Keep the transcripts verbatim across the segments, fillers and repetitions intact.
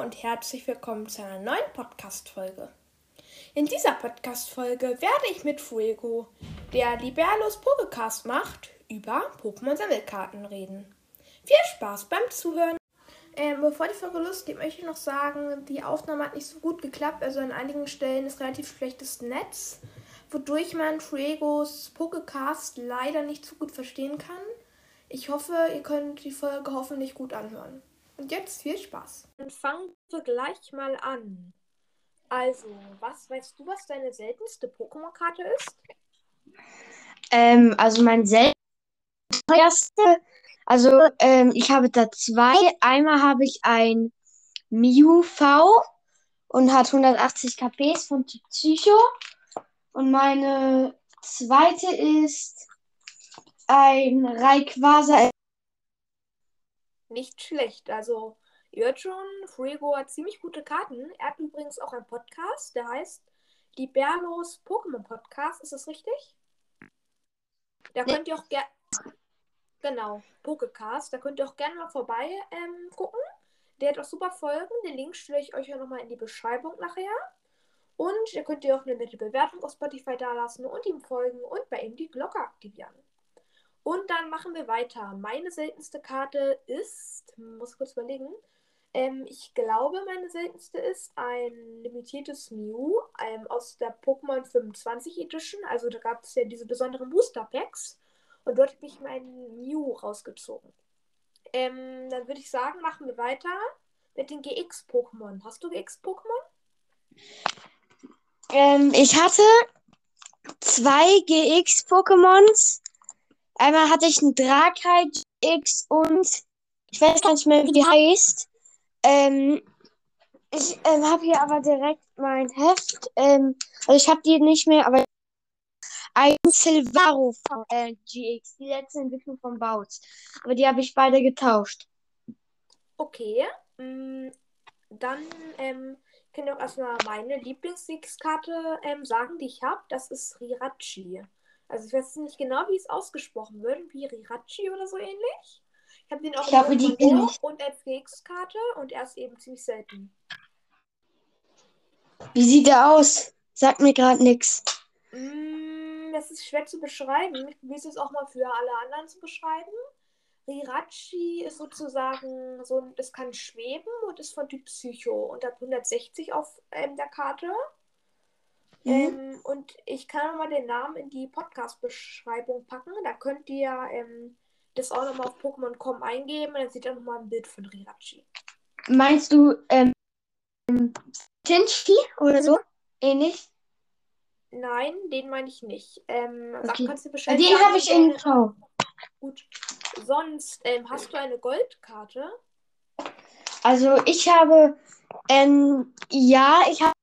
und herzlich willkommen zu einer neuen Podcast-Folge. In dieser Podcast-Folge werde ich mit Fuego, der Liberlos Pokecast macht, über Pokémon-Sammelkarten reden. Viel Spaß beim Zuhören! Ähm, bevor die Folge losgeht, möchte ich noch sagen, die Aufnahme hat nicht so gut geklappt. Also an einigen Stellen ist relativ schlechtes Netz, wodurch man Fuegos Pokecast leider nicht so gut verstehen kann. Ich hoffe, ihr könnt die Folge hoffentlich gut anhören. Und jetzt viel Spaß. Dann fangen wir gleich mal an. Also, was weißt du, was deine seltenste Pokémon-Karte ist? Ähm, also mein seltenste, also ähm, ich habe da zwei. Einmal habe ich ein Mew V und hat hundertachtzig K Ps von Typ Psycho. Und meine zweite ist ein Rayquaza. Nicht schlecht. Also, ihr hört schon, Fuego hat ziemlich gute Karten. Er hat übrigens auch einen Podcast, der heißt Liberlos Pokémon Podcast. Ist das richtig? Da könnt ihr auch gerne. Genau, Pokecast. Da könnt ihr auch gerne mal vorbei ähm, gucken. Der hat auch super Folgen. Den Link stelle ich euch ja nochmal in die Beschreibung nachher. Und ihr könnt ihr auch eine nette Bewertung auf Spotify dalassen und ihm folgen und bei ihm die Glocke aktivieren. Und dann machen wir weiter. Meine seltenste Karte ist, muss kurz überlegen, ähm, ich glaube, meine seltenste ist ein limitiertes Mew ähm, aus der Pokémon fünfundzwanzig Edition. Also da gab es ja diese besonderen Booster Packs. Und dort habe ich mein Mew rausgezogen. Ähm, dann würde ich sagen, machen wir weiter mit den G X-Pokémon. Hast du G X-Pokémon? Ähm, ich hatte zwei G X-Pokémons. Einmal hatte ich einen Drakai G X und ich weiß gar nicht mehr, wie die heißt. Ähm, ich ähm, habe hier aber direkt mein Heft. Ähm, also ich habe die nicht mehr, aber ein Silvaro von äh, G X, die letzte Entwicklung von Bautz. Aber die habe ich beide getauscht. Okay. Mm, dann ähm, kann ich auch erstmal meine Lieblings-X-Karte ähm, sagen, die ich habe. Das ist Rirachi. Also ich weiß nicht genau, wie es ausgesprochen wird. Wie Rirachi oder so ähnlich. Ich habe den auch Ich in glaube, die Pokémon kenne Go ich. und als G X-Karte und er ist eben ziemlich selten. Wie sieht der aus? Sagt mir gerade nichts. Mm, das ist schwer zu beschreiben. Ich probiere es jetzt auch mal für alle anderen zu beschreiben. Rirachi ist sozusagen so, das kann schweben und ist von Typ Psycho und hat hundertsechzig auf ähm, der Karte. Mhm. Ähm, und ich kann nochmal den Namen in die Podcast-Beschreibung packen. Da könnt ihr ähm, das auch nochmal auf Pokémon Punkt com eingeben und dann seht ihr nochmal ein Bild von Rirachi. Meinst du ähm, Tinchi oder so? Ähnlich? Nein, den meine ich nicht. Ähm, sag, Okay. kannst du Ja, Bescheid den sagen, habe wenn ich in der. Grau. Gut. Sonst ähm, hast du eine Goldkarte? Also ich habe, ähm, ja, ich habe,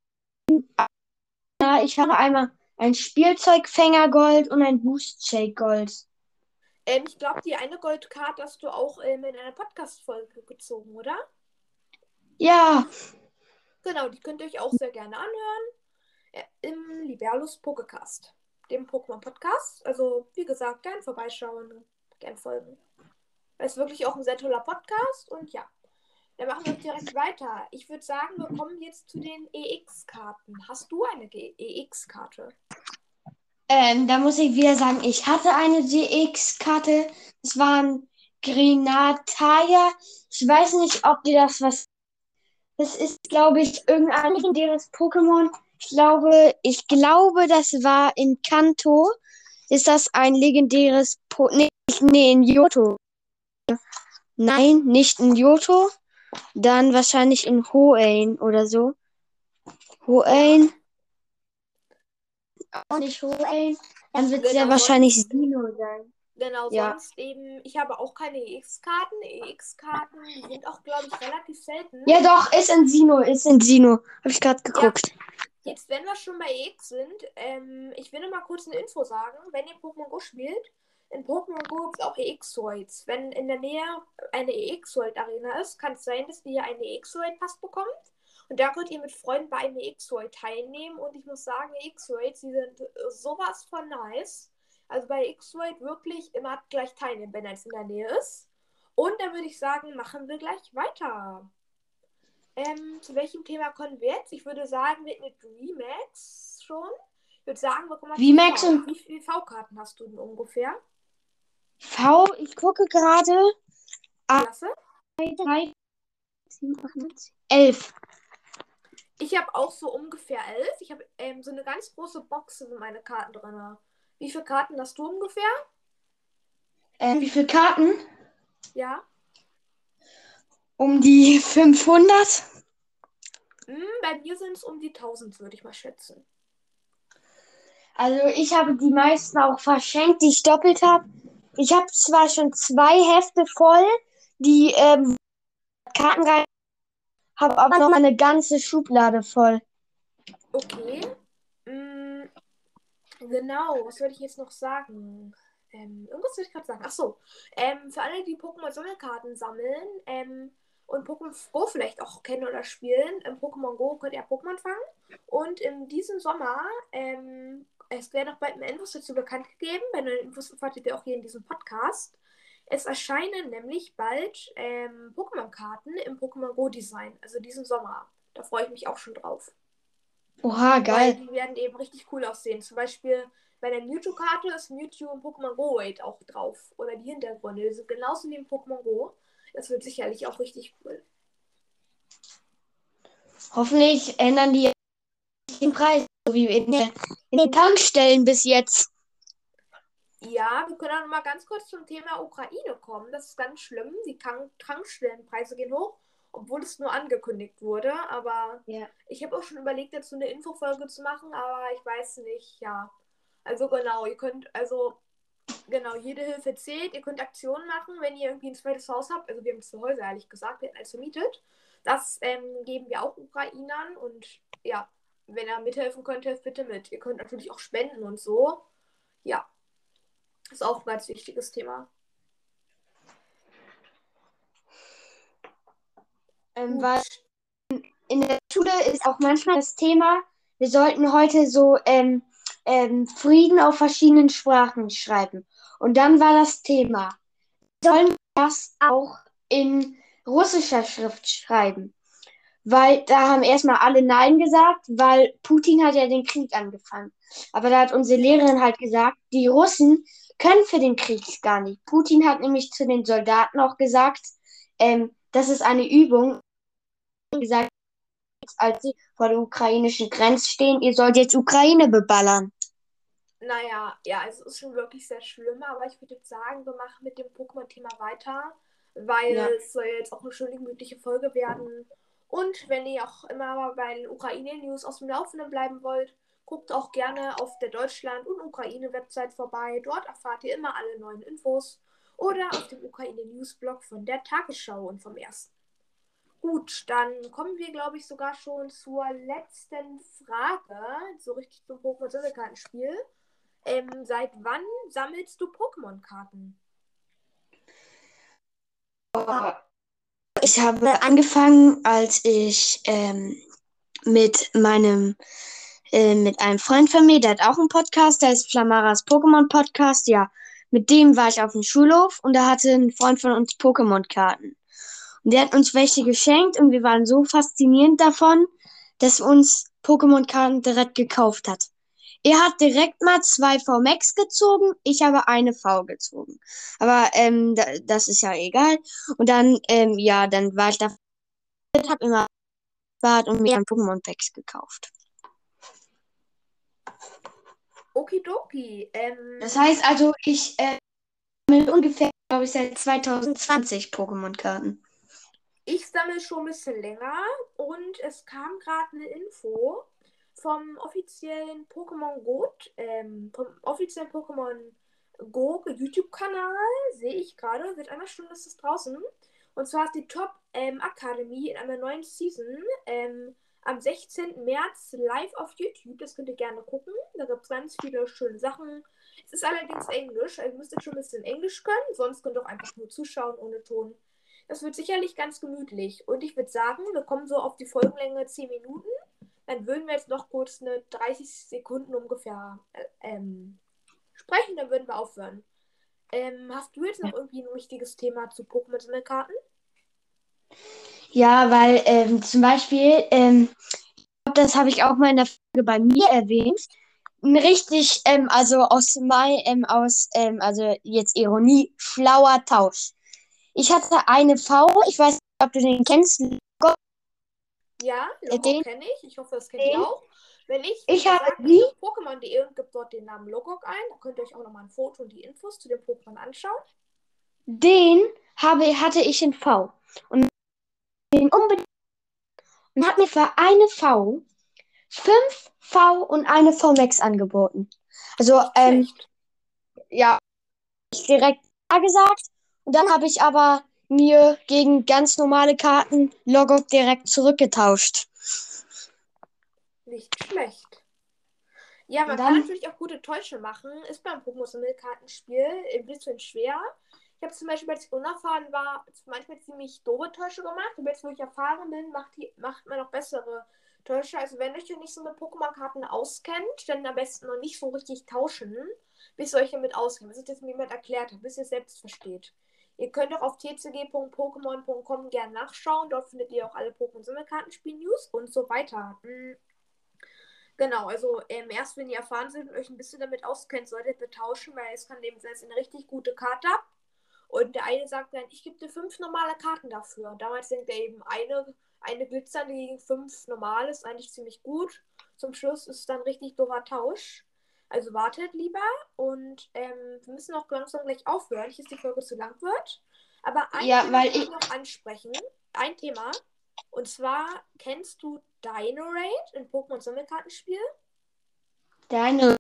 ja, ich habe einmal ein Spielzeugfänger Gold und ein Boost Shake Gold. Ähm, ich glaube, die eine Goldkarte hast du auch ähm, in einer Podcast-Folge gezogen, oder? Ja, Genau, die könnt ihr euch auch sehr gerne anhören. Äh, Im Liberlos Pokecast, dem Pokémon-Podcast. Also, wie gesagt, gern vorbeischauen, gern folgen. Es ist wirklich auch ein sehr toller Podcast und ja, dann machen wir auch direkt weiter. Ich würde sagen, wir kommen jetzt zu den E X-Karten. Hast du eine E X-Karte? ähm, da muss ich wieder sagen, ich hatte eine G X-Karte. Das war ein Grenataya. Ich weiß nicht, ob dir das was. Das ist, glaube ich, irgendein legendäres Pokémon. Ich glaube, ich glaube, das war in Kanto. Ist das ein legendäres Po. Nee, nee, in Johto. Nein, nicht in Johto. Dann wahrscheinlich in Hoenn oder so. Ja, Hoenn. Auch nicht Hoenn. Dann wird es ja genau, wahrscheinlich sonst. Sino sein. Genau, Ja. sonst eben, ich habe auch keine E X-Karten. E X-Karten, die sind auch, glaube ich, relativ selten. Ja, doch, ist in Sino, ist in Sino. Habe ich gerade Ja, geguckt. jetzt, wenn wir schon bei E X sind, ähm, ich will noch mal kurz eine Info sagen. Wenn ihr Pokémon Go spielt, in Pokémon Go gibt es auch E X-Worlds. Wenn in der Nähe eine E X-World-Arena ist, kann es sein, dass ihr einen E X-World-Pass bekommt. Und da könnt ihr mit Freunden bei einem E X-World teilnehmen. Und ich muss sagen, E X-Worlds, die sind äh, sowas von nice. Also bei X-World wirklich immer gleich teilnehmen, wenn er jetzt in der Nähe ist. Und dann würde ich sagen, machen wir gleich weiter. Ähm, zu welchem Thema kommen wir jetzt? Ich würde sagen, wir mit V-Max schon. Ich würde sagen, wir kommen mal zu V-Max V. und Wie viele V-Karten hast du denn ungefähr? V, ich gucke gerade. Klasse. drei, sieben, acht, neun, zehn, elf. Ich habe auch so ungefähr elf. Ich habe ähm, so eine ganz große Box mit meine Karten drin. Wie viele Karten hast du ungefähr? Äh, wie viele Karten? Ja. Um die fünfhundert. Hm, bei mir sind es um die tausend, würde ich mal schätzen. Also ich habe die meisten auch verschenkt, die ich doppelt habe. Ich habe zwar schon zwei Hefte voll, die ähm, Karten rein, habe aber noch eine ganze Schublade voll. Okay. Hm, genau, was würde ich jetzt noch sagen? Ähm, irgendwas würde ich gerade sagen. Ach so. Ähm, für alle, die Pokémon-Sammelkarten sammeln ähm, und Pokémon Go vielleicht auch kennen oder spielen, im Pokémon Go könnt ihr Pokémon fangen. Und in diesem Sommer, ähm, es werden noch bald mehr Infos dazu bekannt gegeben. Bei neuen Infos erfahrt ihr auch hier in diesem Podcast. Es erscheinen nämlich bald ähm, Pokémon-Karten im Pokémon Go-Design, also diesen Sommer. Da freue ich mich auch schon drauf. Oha, Weil geil. die werden eben richtig cool aussehen. Zum Beispiel bei der Mewtwo-Karte ist Mewtwo und Pokémon Go Raid auch drauf. Oder die Hintergründe. Die sind genauso wie im Pokémon Go. Das wird sicherlich auch richtig cool. Hoffentlich ändern die den Preis, so wie in, der, in den Tankstellen bis jetzt. Ja, wir können auch noch mal ganz kurz zum Thema Ukraine kommen. Das ist ganz schlimm. Die Tank Tankstellenpreise gehen hoch, obwohl es nur angekündigt wurde. Aber Ja. ich habe auch schon überlegt, dazu eine Infofolge zu machen, aber ich weiß nicht, ja. Also genau, ihr könnt, also genau, jede Hilfe zählt. Ihr könnt Aktionen machen, wenn ihr irgendwie ein zweites Haus habt. Also wir haben zwei Häuser, ehrlich gesagt, wir hätten eins vermietet. Das ähm, geben wir auch Ukrainern und ja, wenn ihr mithelfen könnt, helft bitte mit. Ihr könnt natürlich auch spenden und so. Ja, ist auch ein ganz wichtiges Thema. Ähm, weil Gut. in der Schule ist auch manchmal das Thema, wir sollten heute so ähm, ähm, Frieden auf verschiedenen Sprachen schreiben. Und dann war das Thema, sollen wir das auch in russischer Schrift schreiben? Weil da haben erstmal alle Nein gesagt, weil Putin hat ja den Krieg angefangen. Aber da hat unsere Ja. Lehrerin halt gesagt, die Russen können für den Krieg gar nicht. Putin hat nämlich zu den Soldaten auch gesagt, ähm, das ist eine Übung, gesagt, als sie vor der ukrainischen Grenze stehen, ihr sollt jetzt Ukraine beballern. Naja, ja, es ist schon wirklich sehr schlimm, aber ich würde jetzt sagen, wir machen mit dem Pokémon-Thema weiter, weil Ja. es soll jetzt auch eine schöne, gemütliche Folge werden. Und wenn ihr auch immer mal bei den Ukraine-News aus dem Laufenden bleiben wollt, guckt auch gerne auf der Deutschland- und Ukraine-Website vorbei. Dort erfahrt ihr immer alle neuen Infos. Oder auf dem Ukraine-News-Blog von der Tagesschau und vom ersten. Gut, dann kommen wir, glaube ich, sogar schon zur letzten Frage. So richtig zum Pokémon-Sammelkartenspiel. Ähm, seit wann sammelst du Pokémon-Karten? Ich habe angefangen, als ich ähm, mit meinem, äh, mit einem Freund von mir, der hat auch einen Podcast, der ist Flamaras Pokémon Podcast, ja. Mit dem war ich auf dem Schulhof und da hatte ein Freund von uns Pokémon-Karten. Und der hat uns welche geschenkt und wir waren so fasziniert davon, dass uns Pokémon-Karten direkt gekauft hat. Er hat direkt mal zwei V-Max gezogen, ich habe eine V gezogen. Aber ähm, da, das ist ja egal. Und dann, ähm, ja, dann war ich da, hab immer gespart und mir dann Pokémon-Packs gekauft. Okidoki. Das Ähm, heißt also, ich äh, sammle ungefähr, glaube ich, seit zwanzig zwanzig Pokémon-Karten. ich sammle schon ein bisschen länger und es kam gerade eine Info vom offiziellen Pokémon Go, ähm, vom offiziellen Pokémon Go YouTube-Kanal, sehe ich gerade, seit einer Stunde ist es draußen. Und zwar ist die Top ähm, Academy in einer neuen Season ähm, am sechzehnten März live auf YouTube. Das könnt ihr gerne gucken. Da gibt es ganz viele schöne Sachen. Es ist allerdings Englisch, also müsst ihr schon ein bisschen Englisch können, sonst könnt ihr auch einfach nur zuschauen ohne Ton. Das wird sicherlich ganz gemütlich. Und ich würde sagen, wir kommen so auf die Folgenlänge zehn Minuten. Dann würden wir jetzt noch kurz eine dreißig Sekunden ungefähr äh, ähm, sprechen, dann würden wir aufhören. Ähm, hast du jetzt noch irgendwie ein wichtiges Thema zu Pokémon-Sammelkarten? Ja, weil ähm, zum Beispiel, ähm, das habe ich auch mal in der Folge bei mir erwähnt, ein richtig, ähm, also aus mein, ähm, aus, ähm, also jetzt Ironie, schlauer Tausch. Ich hatte eine V, ich weiß nicht, ob du den kennst, Ja, äh, Logok den, kenne ich. Ich hoffe, das kennt ihr den. auch. Wenn nicht, wie Ich habe gesagt, geht die, auf Pokémon punkt de und gebt dort den Namen Logok ein. Da könnt ihr euch auch nochmal ein Foto und die Infos zu dem Pokémon anschauen. den habe, hatte ich in V. Und den unbedingt und hat mir für eine V fünf V und eine V Max angeboten. Also, Nicht ähm, schlecht. ja, ich direkt ja gesagt. Und dann habe ich aber mir gegen ganz normale Karten Logok direkt zurückgetauscht. Nicht schlecht. Ja, Und man kann dann, natürlich auch gute Täusche machen. Ist beim Pokémon-Sammelkartenspiel ein bisschen schwer. Ich habe zum Beispiel, als ich unerfahren war, manchmal ziemlich doofe Täusche gemacht. Und jetzt, wo ich erfahren bin, macht, die, macht man noch bessere Täusche. Also, wenn euch nicht so mit Pokémon-Karten auskennt, dann am besten noch nicht so richtig tauschen, bis ihr euch damit auskennt. Bis ich das mir jemand erklärt hat, bis ihr es selbst versteht. Ihr könnt auch auf t c g punkt pokémon punkt com gerne nachschauen. Dort findet ihr auch alle Pokémon-Sammelkartenspiel-News und so weiter. Hm. Genau, also ähm, erst wenn ihr erfahren seid und euch ein bisschen damit auskennt, solltet ihr tauschen, weil es kann eben sein, dass ihr eine richtig gute Karte habt. Und der eine sagt dann, ich gebe dir fünf normale Karten dafür. Und damals denkt er eben, eine, eine glitzernde gegen fünf normale ist eigentlich ziemlich gut. Zum Schluss ist es dann richtig doofer Tausch. Also wartet lieber und ähm, wir müssen auch langsam gleich aufhören, nicht, dass die Folge zu lang wird. Aber ein ja, Thema weil will ich ich noch ansprechen. Ein Thema. Und zwar, kennst du Dino-Raid in Pokémon Sammelkartenspiel? deine,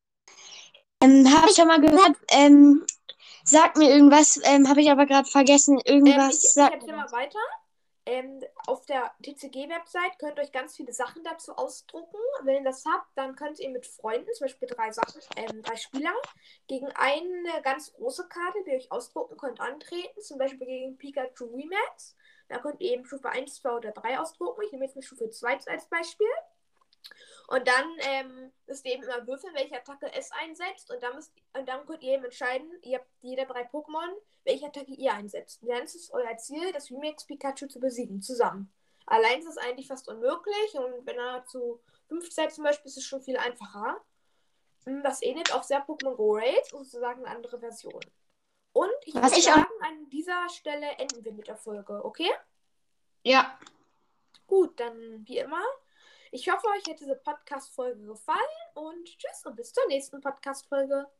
ähm, habe ich schon mal gehört, ähm, sag mir irgendwas, ähm, habe ich aber gerade vergessen, Ähm, ich irgendwas, ich sag mir erzähle mal das. weiter. Ähm, auf der T C G-Website könnt ihr euch ganz viele Sachen dazu ausdrucken. Wenn ihr das habt, dann könnt ihr mit Freunden, zum Beispiel drei Sachen, ähm, drei Spieler, gegen eine ganz große Karte, die ihr euch ausdrucken könnt, antreten. Zum Beispiel gegen Pikachu Remax. Da könnt ihr eben Stufe eins, zwei oder drei ausdrucken. Ich nehme jetzt eine Stufe zwei als Beispiel. Und dann ähm, müsst ihr eben immer würfeln, welche Attacke es einsetzt. Und dann, müsst, und dann könnt ihr eben entscheiden, ihr habt jeder drei Pokémon, welche Attacke ihr einsetzt. Und dann ist es euer Ziel, das Remix Pikachu zu besiegen, zusammen. Allein ist es eigentlich fast unmöglich. Und wenn er zu fünf seid zum Beispiel, ist es schon viel einfacher. Das ähnelt auch sehr Pokémon Go Raid, sozusagen eine andere Version. Und ich Was würde ich auch, sagen, an dieser Stelle enden wir mit der Folge, okay? ja, Gut, dann wie immer. Ich hoffe, euch hat diese Podcast-Folge gefallen und tschüss und bis zur nächsten Podcast-Folge.